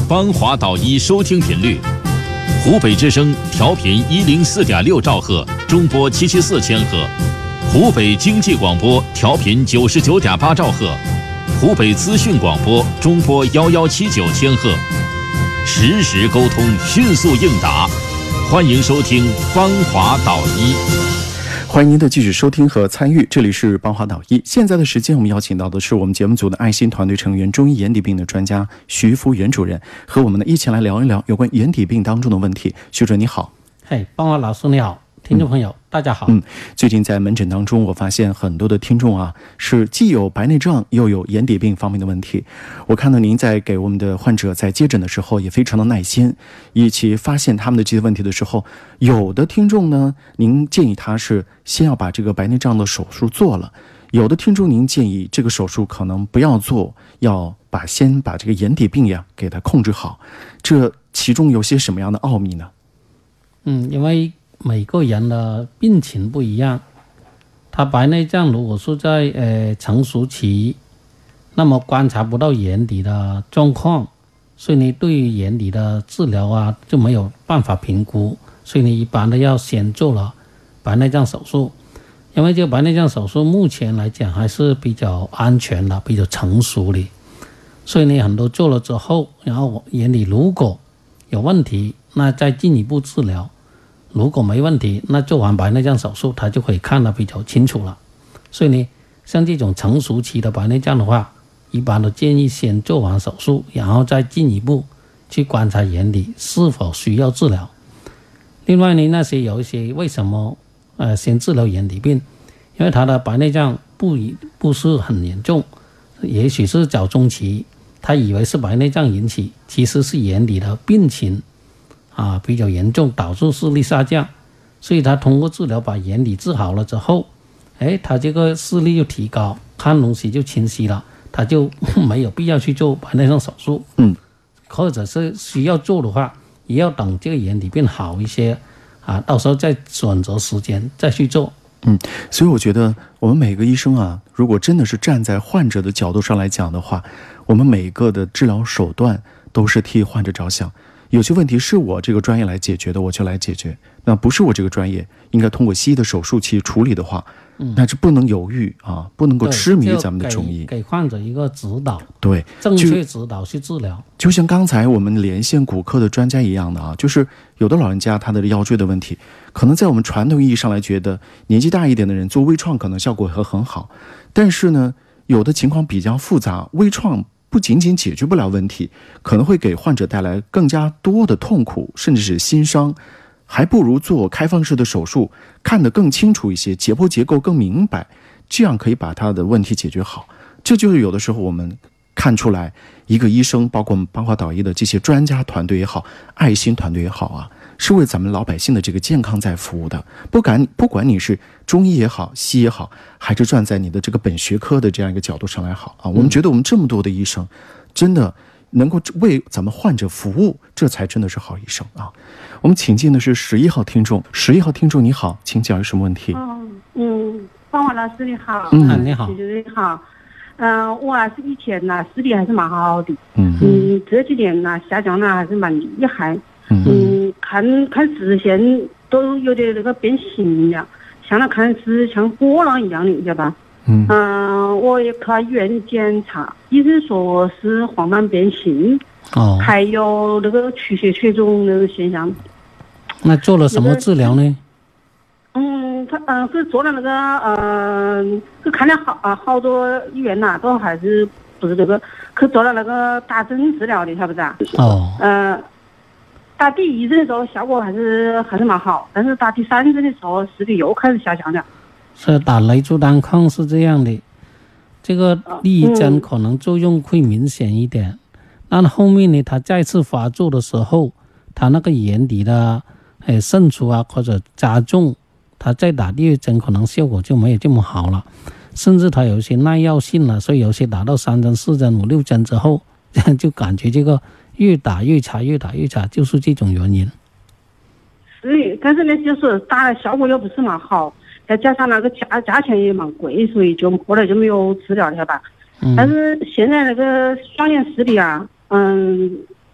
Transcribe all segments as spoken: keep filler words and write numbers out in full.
邦华导医收听频率：湖北之声调频一零四点六兆赫，中波七七四千赫；湖北经济广播调频九十九点八兆赫；湖北资讯广播中波幺幺七九千赫。实时沟通，迅速应答。欢迎收听邦华导医。 欢迎您的继续收听和参与，这里是邦华导医。现在的时间，我们邀请到的是我们节目组的爱心团队成员、中医眼底病的专家徐福元主任，和我们呢一起来聊一聊有关眼底病当中的问题。徐主任你好。 嘿，邦华老师你好，听众朋友、嗯、大家好。 嗯，最近在门诊当中，我发现很多的听众啊，是既有白内障又有眼底病方面的问题。我看到您在给我们的患者在接诊的时候也非常的耐心，以及发现他们的这些问题的时候，有的听众呢，您建议他是先要把这个白内障的手术做了，有的听众您建议这个手术可能不要做，要把先把这个眼底病呀给它控制好，这其中有些什么样的奥秘呢？ 嗯，因为每个人的病情不一样，他白内障如果是在呃成熟期，那么观察不到眼底的状况，所以你对于眼底的治疗啊就没有办法评估，所以你一般的要先做了白内障手术。因为这个白内障手术目前来讲还是比较安全的，比较成熟的，所以你很多做了之后，然后眼底如果有问题，那再进一步治疗。如果没问题，那做完白内障手术它就可以看得比较清楚了。所以呢，像这种成熟期的白内障的话，一般都建议先做完手术，然后再进一步去观察眼底是否需要治疗。另外呢，那些有一些为什么呃先治疗眼底病，因为他的白内障不不是很严重，也许是早中期，他以为是白内障引起，其实是眼底的病情啊比较严重，导致视力下降，所以他通过治疗把眼底治好了之后，哎，他这个视力就提高，看东西就清晰了，他就没有必要去做白内障手术。 嗯， 或者是需要做的话，也要等这个眼底变好一些啊，到时候再选择时间再去做。 嗯，所以我觉得我们每个医生啊，如果真的是站在患者的角度上来讲的话，我们每个的治疗手段都是替患者着想。有些问题是我这个专业来解决的，我就来解决。那不是我这个专业，应该通过西医的手术去处理的话，嗯、那是不能犹豫啊，不能够痴迷咱们的中医， 给患者一个指导， 对， 正确指导去治疗。 就像刚才我们连线骨科的专家一样的啊，就是有的老人家他的腰椎的问题，可能在我们传统意义上来觉得年纪大一点的人做微创可能效果会很好，但是呢，有的情况比较复杂，微创不仅仅解决不了问题，可能会给患者带来更加多的痛苦，甚至是心伤，还不如做开放式的手术，看得更清楚一些，解剖结构更明白，这样可以把他的问题解决好。这就是有的时候我们看出来，一个医生，包括我们邦华导医的这些专家团队也好，爱心团队也好啊，是为咱们老百姓的这个健康在服务的。不管不管你是中医也好，西医也好，还是站在你的这个本学科的这样一个角度上来好啊，我们觉得我们这么多的医生，真的能够为咱们患者服务，这才真的是好医生啊。我们请进的是十一号听众，十一号听众你好，请讲有什么问题？ 哦，嗯，邦华老师你好， 嗯， 你好， 徐主任好。嗯、呃，我啊是以前呢视力还是蛮好的， 嗯嗯，这几年呢下降呢还是蛮厉害， 嗯， 嗯看看视线都有点那个变形了，像那看是像波浪一样的，你知道吧？ 嗯， 嗯、呃，我也去医院检查，医生说是黄斑变性， 哦， 还有那个曲血血肿那个现象。 那做了什么治疗呢？ 嗯，他嗯是做了那个嗯，是看了好啊好多医院呐、啊，都还是不是这个，去做了那个打针治疗的，晓不是啊？ 哦， 呃，打第一针的时候效果还是还是蛮好，但是打第三针的时候视力又开始下降了。 是打雷珠单抗是这样的，这个第一针可能作用会明显一点，那、嗯、后面呢，它再次发作的时候，它那个眼底的诶渗出啊或者加重。他再打第二针可能效果就没有这么好了，甚至他有一些耐药性了，所以有些打到三针四针五六针之后，就感觉这个越打越差越打越差，就是这种原因。 是，但是呢就是打的效果又不是蛮好，再加上那个价价钱也蛮贵，所以就后来就没有治疗了吧、嗯、但是现在那个双眼视力啊，嗯，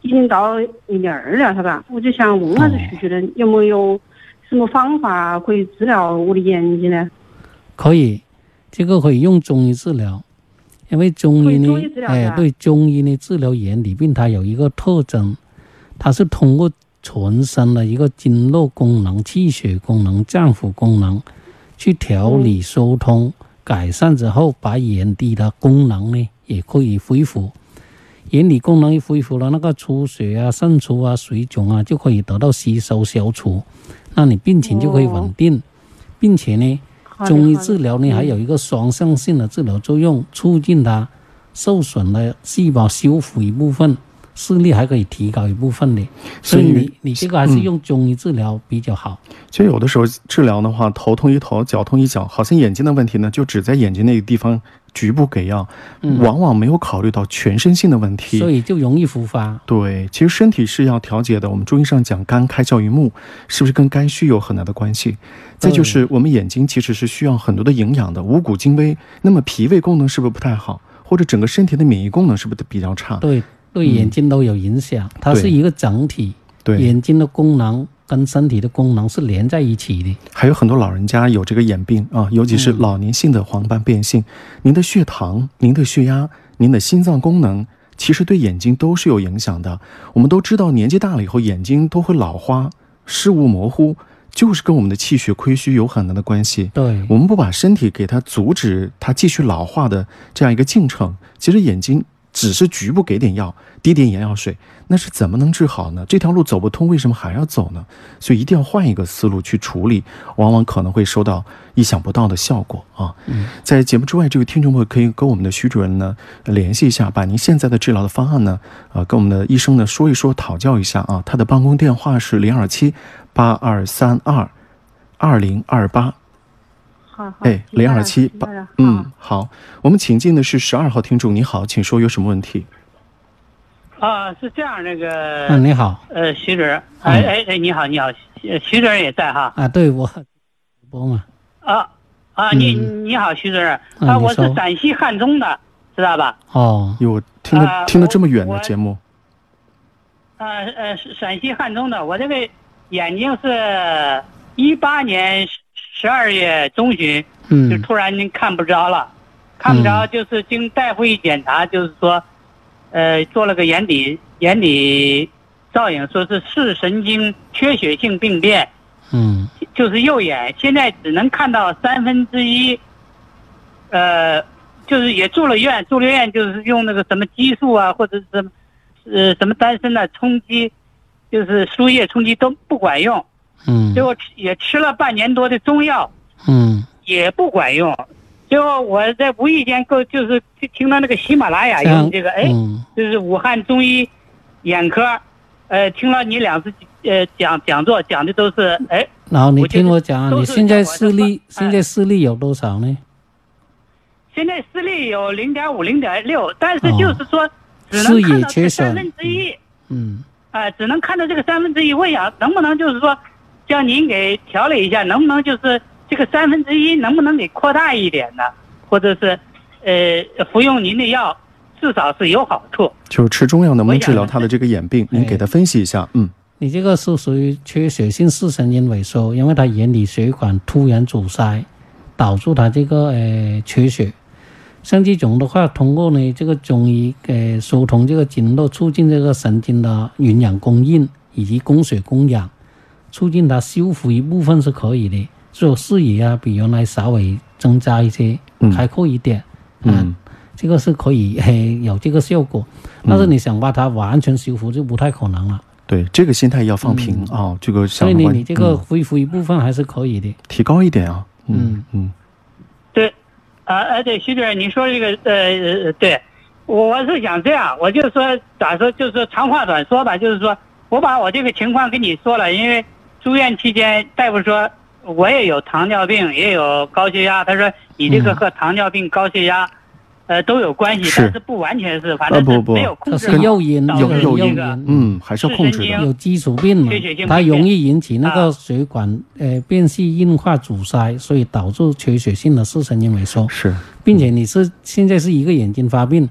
已经到一年二了，是吧？我就想问下这徐主任，有没有什么方法可以治疗我的眼睛呢？ 可以，这个可以用中医治疗。因为中医呢，哎，对中医呢治疗眼底病，它有一个特征，它是通过全身的一个经络功能、气血功能、脏腑功能去调理疏通、嗯、改善之后，把眼底的功能呢也可以恢复。眼底功能一恢复了，那个出血啊、渗出啊、水肿啊就可以得到吸收消除，那你病情就可以稳定，哦、并且呢。中医治疗呢，还有一个双向性的治疗作用，促进它受损的细胞修复一部分，视力还可以提高一部分的。所以你你这个还是用中医治疗比较好。 嗯、其实有的时候治疗的话，头痛一头，脚痛一脚，好像眼睛的问题呢，就只在眼睛那个地方局部给药，嗯、往往没有考虑到全身性的问题， 所以就容易复发。 对，其实身体是要调节的。我们中医上讲肝开窍于目，是不是跟肝虚有很大的关系？再就是我们眼睛其实是需要很多的营养的，五谷精微。那么脾胃功能是不是不太好，或者整个身体的免疫功能是不是比较差？ 对，对眼睛都有影响，嗯、它是一个整体。对，眼睛的功能跟身体的功能是连在一起的。 还有很多老人家有这个眼病啊，尤其是老年性的黄斑变性。嗯、您的血糖、您的血压、您的心脏功能，其实对眼睛都是有影响的。我们都知道，年纪大了以后，眼睛都会老花、视物模糊。就是跟我们的气血亏虚有很大的关系。 对， 我们不把身体给它阻止它继续老化的这样一个进程，其实眼睛只是局部给点药，滴点眼药水，那是怎么能治好呢？这条路走不通，为什么还要走呢？所以一定要换一个思路去处理，往往可能会收到意想不到的效果啊。嗯、在节目之外，这位听众朋友可以跟我们的徐主任呢联系一下，把您现在的治疗的方案呢，呃，跟我们的医生呢说一说，讨教一下啊。他的办公电话是零二七八二三二二零二八。 好，好， 哎，零二七八，嗯，好，我们请进的是十二号听众，你好，请说有什么问题？ 啊，是这样，那个， 嗯，你好， 呃，徐主任，哎哎哎，你好，你好，徐主任也在哈？ 啊，对，我播嘛。 啊啊，你你好，徐主任，啊，我是陕西汉中的，知道吧？ 哦，哟，听得听得这么远的节目。 呃呃，陕西汉中的，我这个眼睛是一八年十二月中旬，嗯，就突然看不着了，看不着，就是经大夫一检查，就是说，呃，做了个眼底眼底造影，说是视神经缺血性病变， 嗯， 就是右眼现在只能看到三分之一，呃，就是也住了院，住了院就是用那个什么激素啊，或者是什么。呃，什么单身的冲击，就是输液冲击都不管用， 嗯， 结果也吃了半年多的中药， 嗯， 也不管用。结果我在无意间够就是听到那个喜马拉雅用这个，哎， 嗯、 就是武汉中医眼科，呃，听了你两次呃讲讲座，讲的都是哎。 然后你听我讲，你现在视力、哎、现在视力有多少呢？ 现在视力有零点五、零点六，但是就是说。哦， 视野缺损， 三分之一， 嗯， 啊、呃，只能看到这个三分之一。我想能不能就是说，叫您给调理一下，能不能就是这个三分之一能不能给扩大一点呢？或者是，呃，服用您的药，至少是有好处。 就是吃中药能不能治疗他的这个眼病？您给他分析一下，嗯。 你这个是属于缺血性视神经萎缩，因为他眼底血管突然阻塞，导致他这个呃缺血。像这种的话，通过呢这个中医呃疏通这个经络，促进这个神经的营养供应以及供血供氧，促进它修复一部分是可以的，就视野啊比原来稍微增加一些，开阔一点， 嗯，啊、 这个是可以呃有这个效果。但是你想把它完全修复就不太可能了。 对，这个心态要放平、嗯、啊，这个所以你你这个恢复一部分还是可以的， 嗯、提高一点啊， 嗯嗯， 对。啊呃对，徐主任，你说这个呃对，我是想这样，我就说咋说，就是说长话短说吧，就是说我把我这个情况跟你说了，因为住院期间大夫说我也有糖尿病，也有高血压，他说你这个和糖尿病、高血压，呃都有关系，但是不完全是，反正是没有控制好， 它是诱因， 有诱因， 嗯，还是要控制的， 有基础病嘛，它容易引起那个血管呃变细硬化阻塞，所以导致缺血性的视神经萎缩。 是， 并且你是现在是一个眼睛发病，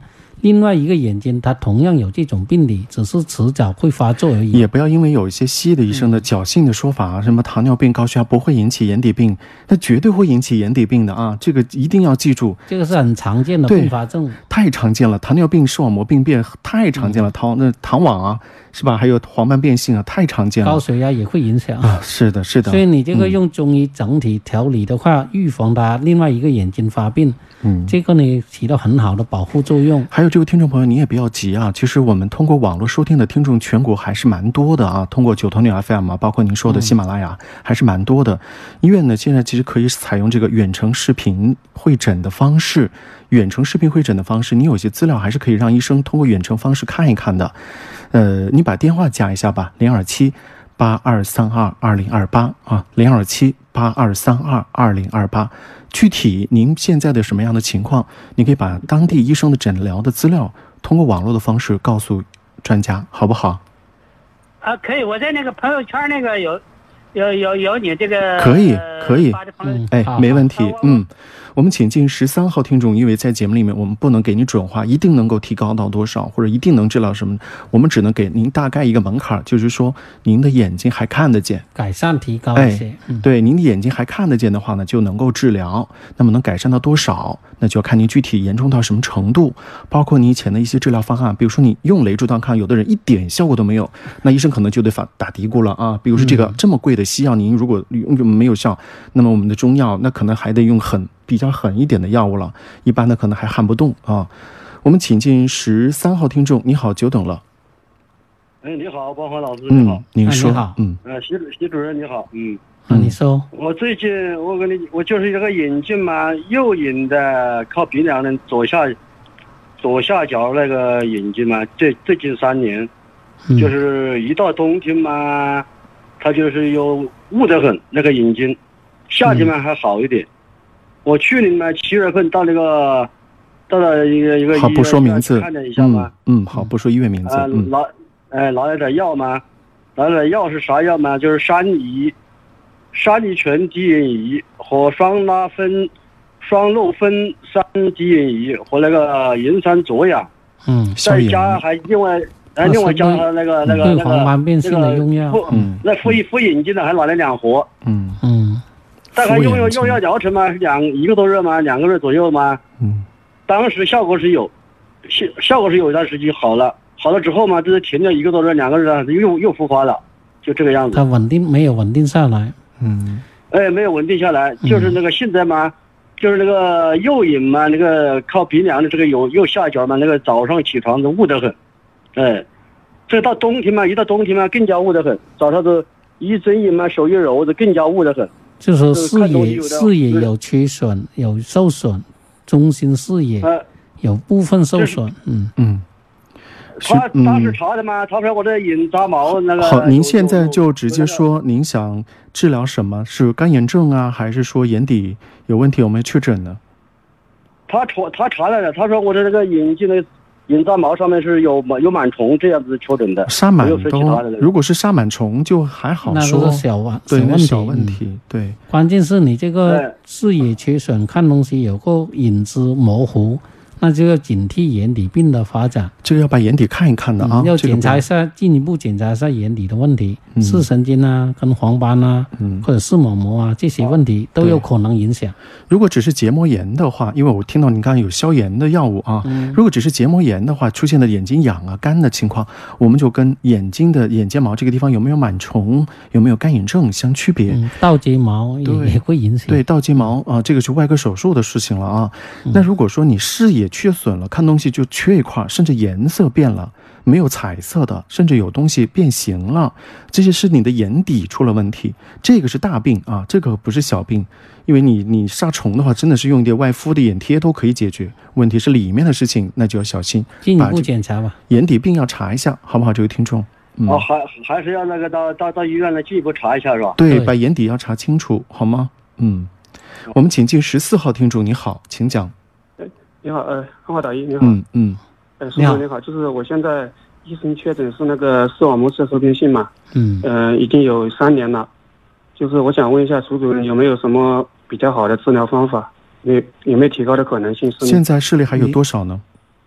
另外一个眼睛它同样有这种病理，只是迟早会发作而已。 也不要因为有一些西医的医生的侥幸的说法啊，什么糖尿病、高血压不会引起眼底病，那绝对会引起眼底病的啊！这个一定要记住， 这个是很常见的并发症， 太常见了。糖尿病、视网膜病变太常见了，糖那糖网啊，是吧？还有黄斑变性啊，太常见了。 高血压也会影响啊，是的，是的。 所以你这个用中医整体调理的话，嗯、预防它另外一个眼睛发病。嗯，这个呢起到很好的保护作用。 还有这位听众朋友，你也不要急啊。其实我们通过网络收听的听众，全国还是蛮多的啊。通过九头鸟 F M 啊，包括您说的喜马拉雅，嗯、还是蛮多的。医院呢，现在其实可以采用这个远程视频会诊的方式。远程视频会诊的方式，你有些资料还是可以让医生通过远程方式看一看的。呃，你把电话加一下吧，零二七八二三二二零二八啊，零二七八二三二二零二八。具体您现在的什么样的情况，你可以把当地医生的诊疗的资料通过网络的方式告诉专家，好不好？ 啊，可以，我在那个朋友圈那个有有有有你这个可以可以， 嗯、 哎，没问题，嗯。我们请进十三号听众，因为在节目里面我们不能给你准话，一定能够提高到多少，或者一定能治疗什么，我们只能给您大概一个门槛，就是说您的眼睛还看得见， 改善提高一些。 哎嗯、对，您的眼睛还看得见的话呢，就能够治疗。那么能改善到多少，那就要看您具体严重到什么程度，包括你以前的一些治疗方案，比如说你用雷珠单抗，有的人一点效果都没有，那医生可能就得打打嘀咕了啊。比如说这个这么贵的西药，您如果用没有效，那么我们的中药那可能还得用很。比较狠一点的药物了，一般的可能还撼不动啊。我们请进十三号听众，你好，久等了。 哎，你好，包华老师，你好， 嗯、您说， 啊、你好， 嗯， 呃，习习主任你好，嗯， 啊，你说， 我最近我跟你，我就是这个眼睛嘛，右眼的靠鼻梁的左下左下角那个眼睛嘛，最最近三年，嗯、就是一到冬天嘛，它就是有雾得很，那个眼睛，夏天嘛还好一点。嗯我去年嘛七月份到那个到了一个一个医院， 好不说名字， 看了一下嘛， 嗯，嗯好不说医院名字， 呃、 嗯， 拿哎拿来点药嘛，拿来点药是啥药嘛？就是山梨山梨醛滴眼仪和双拉酚双氯酚三滴眼仪和那个银山左氧， 嗯， 再加还另外哎另外加上那个那个那个黄斑变性的用药， 嗯，那敷敷眼睛的还拿了两盒， 嗯嗯。 大概用用用药疗程嘛，两一个多月嘛，两个月左右嘛。 嗯， 当时效果是有，效效果是有一段时间好了，好了之后嘛，就是停了一个多月、两个月，又又复发了，就这个样子。 它稳定没有稳定下来。 嗯， 哎，没有稳定下来，就是那个现在嘛，嗯、就是那个右眼嘛，那个靠鼻梁的这个右右下角嘛，那个早上起床都雾得很，哎，这到冬天嘛，一到冬天嘛更加雾得很，早上都一睁眼嘛手一揉就更加雾得很。 就是视野视野有缺损，有受损，中心视野有部分受损。嗯嗯， 他当时查的嘛，查出来我的眼杂毛那个。 好，您现在就直接说您想治疗什么？是干眼症啊，还是说眼底有问题有没有确诊呢？ 他查他查来了，他说我的那个眼睛的眼杂毛上面是有有螨虫，这样子确诊的。 沙螨都，如果是沙螨虫就还好说， 那是小问对小问题。 小问题、嗯、对。 关键是你这个视野缺损，看东西有个影子模糊，那就要警惕眼底病的发展。 这个要把眼底看一看的啊， 嗯、要检查一下，进一步检查一下眼底的问题， 嗯、 视神经啊，跟黄斑啊，嗯、或者视网膜啊这些问题都有可能影响。 如果只是结膜炎的话，因为我听到你刚刚有消炎的药物啊，嗯、如果只是结膜炎的话，出现的眼睛痒啊、干的情况，我们就跟眼睛的眼睫毛这个地方有没有螨虫、有没有干眼症相区别。 嗯、倒睫毛也也会影响。 对，倒睫毛啊，这个是外科手术的事情了啊。嗯、那如果说你视野缺损了，看东西就缺一块，甚至颜色变了，没有彩色的，甚至有东西变形了，这些是你的眼底出了问题，这个是大病啊，这个不是小病。因为你你杀虫的话，真的是用一点外敷的眼贴都可以解决，问题是里面的事情，那就要小心。 进一步检查吧， 眼底病要查一下，好不好？这位听众， 嗯、哦，还还是要那个到到到医院来进一步查一下，是吧？ 对，把眼底要查清楚，好吗？嗯，我们请进十四号听众，你好，请讲。 哎，你好，呃，汉华导医，你好。 嗯嗯。 呃，叔叔你好，就是我现在医生确诊是那个视网膜色素变性嘛，嗯，呃，已经有三年了。就是我想问一下苏主任有没有什么比较好的治疗方法，有有没有提高的可能性？ 现在视力还有多少呢？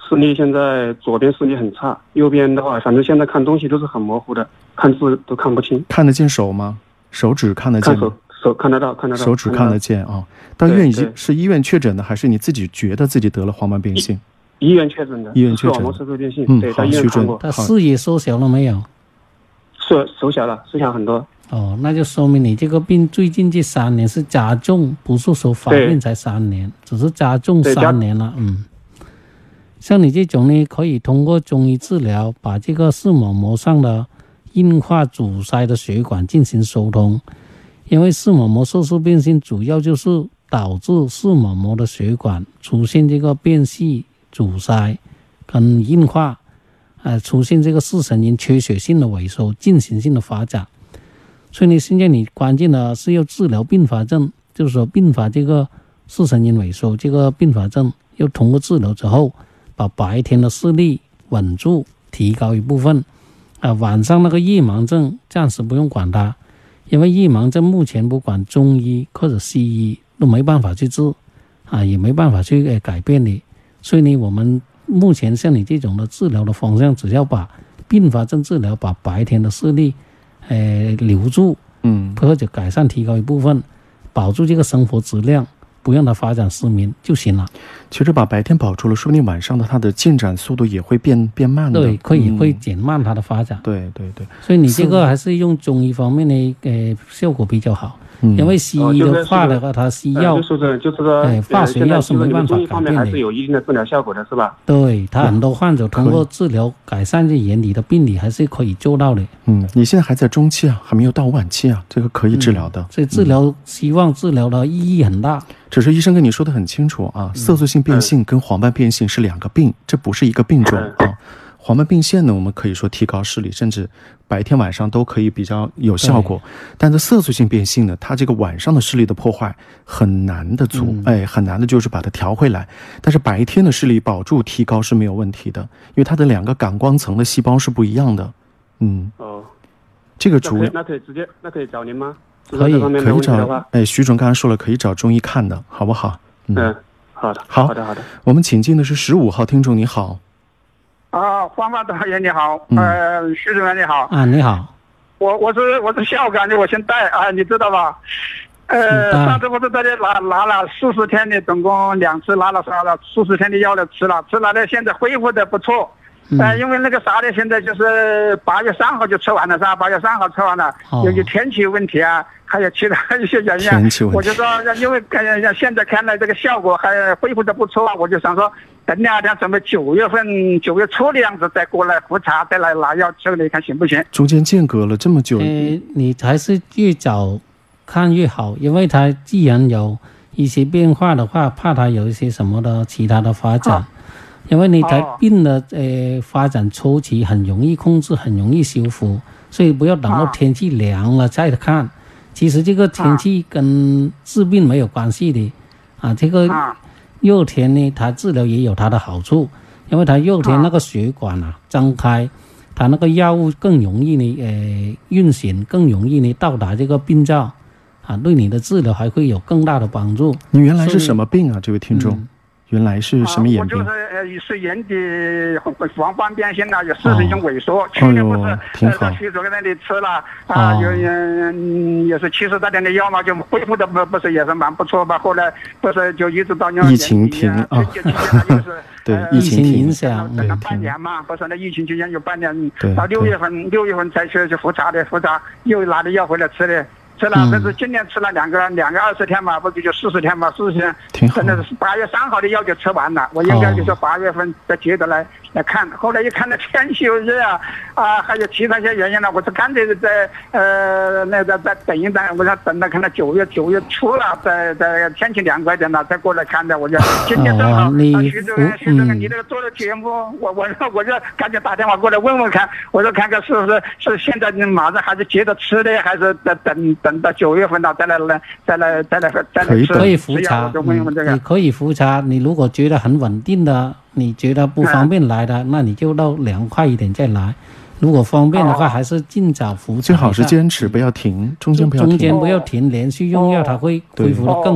视力现在左边视力很差，右边的话，反正现在看东西都是很模糊的，看字都看不清。 看得见手吗？手指看得见吗？ 看手手看得到，看得到。 手指看得见啊。到医院已是医院确诊的，还是你自己觉得自己得了黄斑变性？ 医院确诊的。医院确诊。视网膜色素变性。 嗯， 对， 好， 徐总。 他视野缩小了没有？ 缩缩小了，缩小很多。 哦，那就说明你这个病最近这三年是加重，不是说发病才三年，只是加重三年了。嗯，像你这种呢，可以通过中医治疗，把这个视网膜上的硬化阻塞的血管进行疏通。因为视网膜色素变性主要就是导致视网膜的血管出现这个变细、阻塞跟硬化，呃，出现这个视神经缺血性的萎缩、进行性的发展。所以呢，现在你关键的是要治疗并发症，就是说并发这个视神经萎缩这个并发症，要通过治疗之后，把白天的视力稳住，提高一部分。啊、呃，晚上那个夜盲症暂时不用管它，因为夜盲症目前不管中医或者西医都没办法去治，啊，也没办法去呃改变的。所以呢，我们目前像你这种的治疗的方向，只要把并发症治疗，把白天的视力呃，留住， 嗯， 或者改善提高一部分，保住这个生活质量，不让它发展失明就行了。 其实把白天保住了，说不定晚上的它的进展速度也会变变慢的。 对，可以、嗯、会减慢它的发展。 对对对。 所以你这个还是用中医方面的呃效果比较好。嗯、因为西医的话的话，它西药就是就是说， 哎，化学药是没办法改变的。 方面还是有一定的治疗效果的，是吧？ 对，他很多患者通过治疗改善这眼底的病理，还是可以做到的。 嗯，你现在还在中期啊，还没有到晚期啊，这个可以治疗的。 嗯、所以治疗、嗯、希望治疗的意义很大。 只是医生跟你说的很清楚啊，色素性变性跟黄斑变性是两个病，嗯、这不是一个病种啊。黄斑变性呢，我们可以说提高视力，甚至白天晚上都可以比较有效果。但是色素性变性呢，它这个晚上的视力的破坏很难的足，嗯、哎，很难的就是把它调回来。但是白天的视力保住提高是没有问题的，因为它的两个感光层的细胞是不一样的。嗯，哦，这个主那可以直接那可以找您吗？ 可以可以找，哎，徐总刚才说了，可以找中医看的，好不好？ 嗯，嗯好的， 好好的好的。 我们请进的是十五号听众，你好。 啊，黄发导演你好，呃，徐主任你好。 啊，你好。 我我是我是孝感的，我姓戴啊，你知道吧？呃，上次我是在这拿拿了四十天的，总共两次拿了啥了四十天的药了，吃了吃了的，现在恢复的不错。呃，因为那个啥的，现在就是八月三号就吃完了，是吧？八月三号吃完了，由于天气问题啊，还有其他一些原因，我就说，因为呃现在看来这个效果还恢复的不错啊，我就想说，等两天准备九月份九月初的样子再过来复查，再来拿药吃，你看行不行？ 中间间隔了这么久， 呃，你还是越早看越好，因为它既然有一些变化的话，怕它有一些什么的其他的发展。啊，因为你在病的呃发展初期很容易控制，很容易修复，所以不要等到天气凉了再看。其实这个天气跟治病没有关系的啊。这个热天呢，它治疗也有它的好处，因为它热天那个血管啊张开，它那个药物更容易呢呃运行，更容易呢到达这个病灶啊，对你的治疗还会有更大的帮助。 你原来是什么病啊，这位听众？嗯，原来是什么眼病？ 啊、我就是呃是眼底黄斑变性了，有视神经萎缩。哦、去年不是、哦、呃在徐主任那里吃了啊，有嗯也是七十多天的药嘛，就恢复的不不是也是蛮不错吧？后来不是就一直到那疫情停啊， 春节期间就是对、 呃、 疫情影响， 等了半年嘛，不是那疫情期间有半年，到六月份六月份才去去复查的，复查又拿的药回来吃的。吃了，但是今年吃了两个两个二十天嘛，不就就四十天嘛，四十天，真的是八月三号的药就吃完了。我应该就是八月份再接着来来看。后来一看那天气又热啊，啊，还有其他些原因呢，我是干脆在呃那个再等一等，我想等到看到九月九月初了，再再天气凉快点了再过来看的。我就今天正好，徐主任徐主任你这个做的节目，我我我就赶紧打电话过来问问看，我说看看是不是是现在你马上还是接着吃的，还是等等。等到九月份了，再来来再来再来再来吃， 可以复查。你可以复查。你如果觉得很稳定的，你觉得不方便来的，嗯、那你就到凉快一点再来。如果方便的话，哦、还是尽早复查。 最好是坚持，不要停，中间不要停。 中间不要停，连续用药，它会恢复得更好。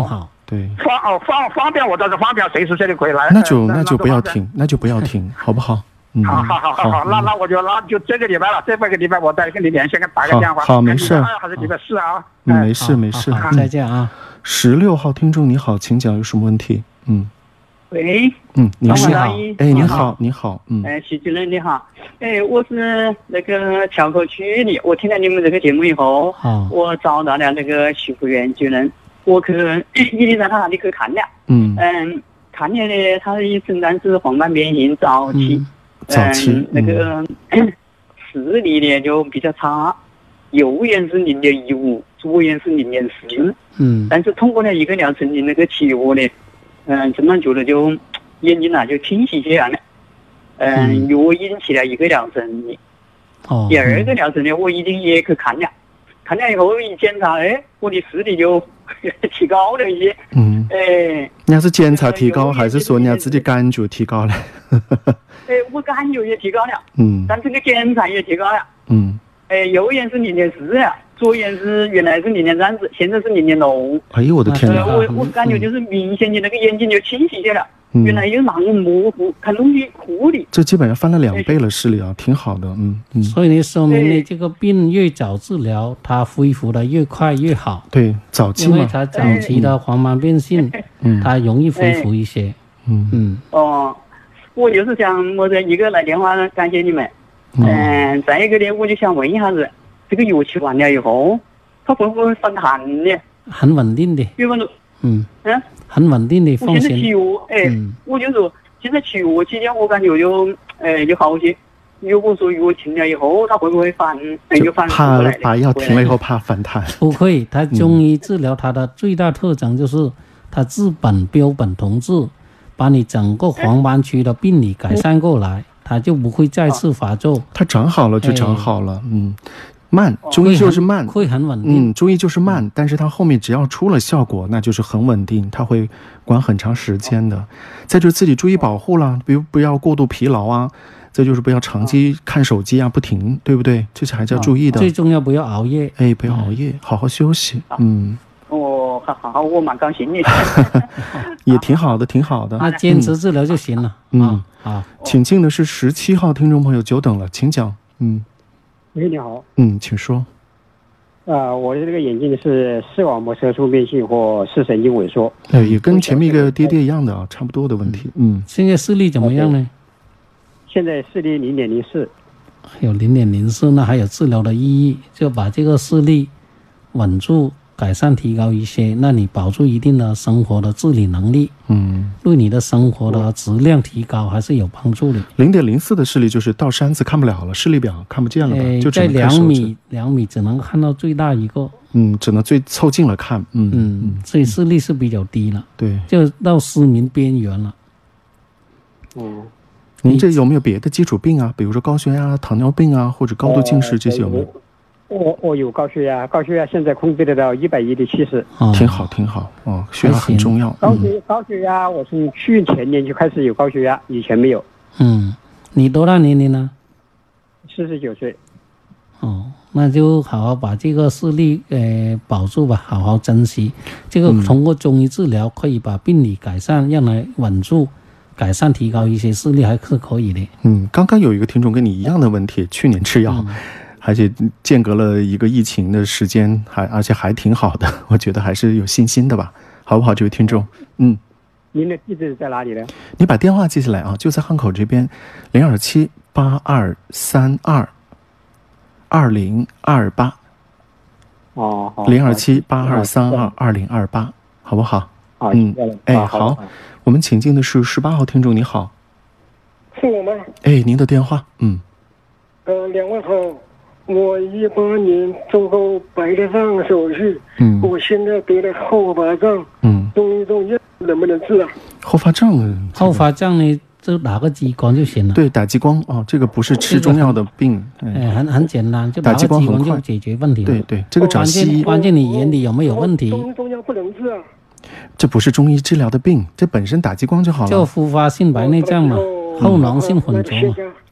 对。 方哦方方便我倒是方便，随时这里可以来。 那就那就不要停，那就不要停，好不好？ 嗯，好好好好好，那那我就那就这个礼拜了，这半个礼拜我再跟你连线，跟打个电话。 好，没事。 还是礼拜四啊？ 嗯，没事没事。 再见啊。 十六号听众你好，请讲，有什么问题？嗯。 喂， 嗯，你好，哎，你好， 你好，嗯， 哎，徐主任你好，哎，我是那个硚口区的，我听了你们这个节目以后， 好， 我找到了那个徐福元主任，我去一定在他那里去看了， 嗯嗯，看了呢，他的诊断是黄斑变性早期， 嗯，早期， 嗯，那个视力呢就比较差，右眼是零点一五，左眼是零点四， 嗯， 但是通过了一个疗程的那个起卧呢。嗯，诊断觉得就眼睛啊就清晰些了，嗯，我已经起了一个疗程的， 哦， 第二个疗程呢，我已经也去看了，看了以后一检查，哎，我的视力就提高了一些， 嗯， 哎， 你要是检查提高，还是说你要自己感觉提高了？ 哎，我感觉也提高了， 嗯， 但这个检查也提高了， 嗯， 哎，右眼是零点四了。左眼是原来是零点三四，现在是零点六。 哎呦我的天哪！ 我我感觉就是明显的那个眼睛就清晰些了，嗯、原来有那种模糊，看东西糊的。 这基本上翻了两倍了视力啊，挺好的，嗯嗯。 所以呢，说明呢，这个病越早治疗，它恢复的越快越好。 对，早期嘛。 因为它早期的黄斑变性，嗯，它容易恢复一些。 嗯嗯。 哦，我就是想我这一个来电话感谢你们，嗯、呃，再一个呢，我就想问一下子。这个药吃完了以后，它会不会反弹呢？ 很稳定的。 比方说， 嗯嗯， 很稳定的放心。 我现在吃药，哎， 嗯、 我就说现在吃药期间，我感觉就，哎，就好些。如果说药停了以后，它会不会反？又反怕把药停了以后怕反弹？ 不会，它中医治疗它的最大特征就是它治本标本同治，把你整个黄斑区的病理改善过来，它就不会再次发作。 它长好了就长好了，嗯。慢，中医就是慢， 会很稳定。 嗯，中医就是慢，但是它后面只要出了效果，那就是很稳定，它会管很长时间的。再就是自己注意保护了，比如不要过度疲劳啊，再就是不要长期看手机啊，不停，对不对？这是还是要注意的。 最重要不要熬夜， 哎，不要熬夜，好好休息。嗯， 哦，好好，我蛮高兴的。 也挺好的，挺好的。 那坚持治疗就行了。 嗯， 好， 请进的是十七号听众朋友，久等了，请讲。嗯。 喂，你好。 嗯，请说。 啊、呃，我的这个眼睛是视网膜色素变性或视神经萎缩。 哎，也跟前面一个爹爹一样的啊，差不多的问题。嗯， 现在视力怎么样呢？ 现在视力零点零四。 有零点零四，那还有治疗的意义，就把这个视力稳住、改善、提高一些，那你保住一定的生活的自理能力。 嗯， 对你的生活的质量提高还是有帮助的。 零点零四的视力就是到山子看不了了，视力表看不见了吧？ 呃、 就只在能看手指两米，两米只能看到最大一个。 嗯，只能最凑近了看。嗯嗯，所以视力是比较低了。 对， 就到失明边缘了。 嗯， 您这有没有别的基础病啊？比如说高血压、糖尿病啊，或者高度近视这些有没有？ 我我有高血压，高血压现在控制得到一百一的七十， 挺好挺好哦，血压很重要。 高血高血压，我从去前年就开始有高血压，以前没有。 嗯，你多大年龄呢？ 四十九岁。 哦，那就好好把这个视力呃保住吧，好好珍惜。这个通过中医治疗可以把病理改善，让它稳住。改善提高一些视力还是可以的。 嗯，刚刚有一个听众跟你一样的问题，去年吃药。嗯，而且间隔了一个疫情的时间，还而且还挺好的，我觉得还是有信心的吧，好不好？这位听众，嗯， 您的地址在哪里呢？ 你把电话记下来啊，就在汉口这边，零二七八二三二二零二八。 哦，好， 零二七八二三二二零二八，好不好？ 好， 嗯，哎，好，我们请进的是十八号听众，你好。 是我吗？ 哎，您的电话，嗯。 呃，两位好，我一八年做过白内障手术， 嗯， 我现在得了后发胀， 嗯， 中医中药能不能治啊？ 后发胀， 后发胀呢，就打个激光就行了。 对，打激光哦，这个不是吃中药的病， 哎，哎很很简单，就打个激光就解决问题了。 对对，这个找西医， 关键你眼底有没有问题？ 中医中药不能治啊。 这不是中医治疗的病，这本身打激光就好了。 就复发性白内障嘛，后囊性混浊嘛。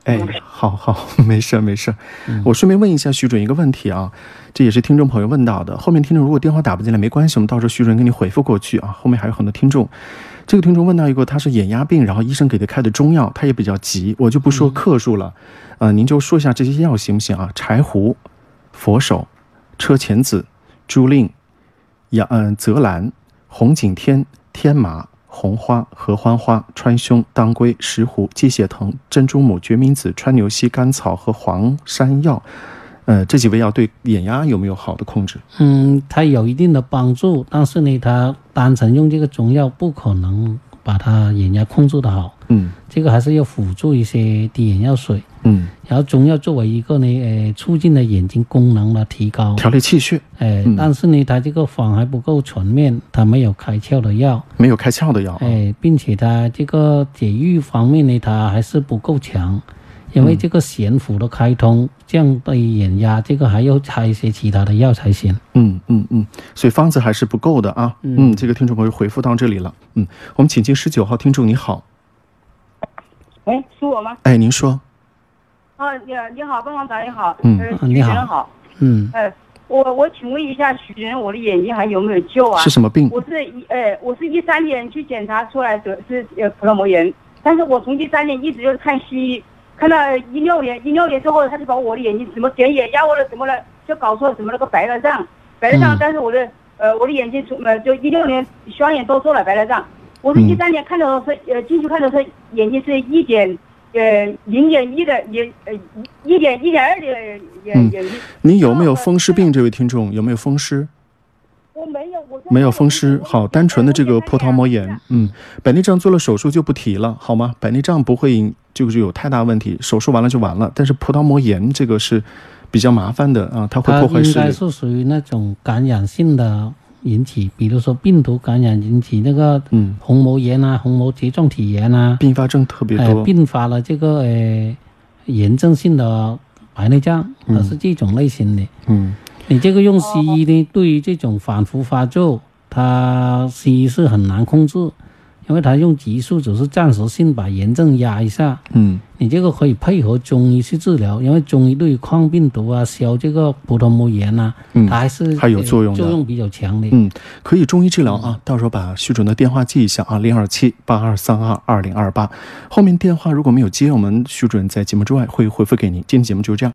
哎，好好，没事没事。我顺便问一下徐主任一个问题啊，这也是听众朋友问到的。后面听众如果电话打不进来没关系，我们到时候徐主任给你回复过去啊。后面还有很多听众，这个听众问到一个，他是眼压病，然后医生给他开的中药，他也比较急，我就不说克数了，呃，您就说一下这些药行不行啊？柴胡、佛手、车前子、猪蔺、杨嗯泽兰、红景天、天麻、红花、合欢花、川芎、当归、石斛、鸡血藤、珍珠母、决明子、川牛膝、甘草和黄山药。呃，这几味药对眼压有没有好的控制？ 嗯，它有一定的帮助，但是呢，它单纯用这个中药不可能把它眼压控制的好。 嗯， 这个还是要辅助一些滴眼药水。 嗯， 然后中药作为一个呢，呃，促进了眼睛功能的提高， 调理气血。 哎、呃嗯， 但是呢，它这个方还不够全面，它没有开窍的药， 没有开窍的药。 哎、呃，并且它这个解郁方面呢，它还是不够强，因为这个咸府的开通，降低眼压，这个还要拆一些其他的药才行。 嗯嗯嗯，所以方子还是不够的啊。嗯，嗯这个听众朋友回复到这里了。嗯，我们请进十九号听众，你好。 喂，是我吗？ 哎，您说。 啊，你你好，帮忙长你好， 嗯， 呃， 你好， 徐主任好， 嗯， 呃，我我请问一下徐主任，我的眼睛还有没有救啊？ 是什么病？ 我是一呃，我是一三年去检查出来的是呃葡萄膜炎，但是我从一三年一直就是看西医，看到一六年一六年之后，他就把我的眼睛什么点眼药或者什么的，就搞出了什么那个白内障，白内障，嗯、但是我的呃我的眼睛从呃就一六年双眼都做了白内障，我是一三年看的是呃进去看的是眼睛是一点。呃，零点一的眼，呃，一点一点二的眼眼睛。 您有没有风湿病？这位听众有没有风湿？ 我没有，我没有风湿。好，单纯的这个葡萄膜炎，嗯，白内障做了手术就不提了，好吗？白内障不会就是有太大问题，手术完了就完了。但是葡萄膜炎这个是比较麻烦的啊，它会破坏视力。 它应该是属于那种感染性的。引起，比如说病毒感染引起那个嗯红膜炎啊、红膜睫状体炎啊， 并发症特别多， 呃、并发了这个呃炎症性的白内障，它是这种类型的。 嗯， 你这个用西医呢，对于这种反复发作，它西医是很难控制，因为它用激素只是暂时性把炎症压一下。 嗯， 你这个可以配合中医去治疗，因为中医对于抗病毒啊、消这个葡萄膜炎啊， 嗯、 它还是还有作用的， 作用比较强的。 嗯，可以中医治疗啊。嗯、到时候把徐主任的电话记一下啊，零二七八二三二二零二八。后面电话如果没有接，我们徐主任在节目之外会回复给您。今天节目就是这样。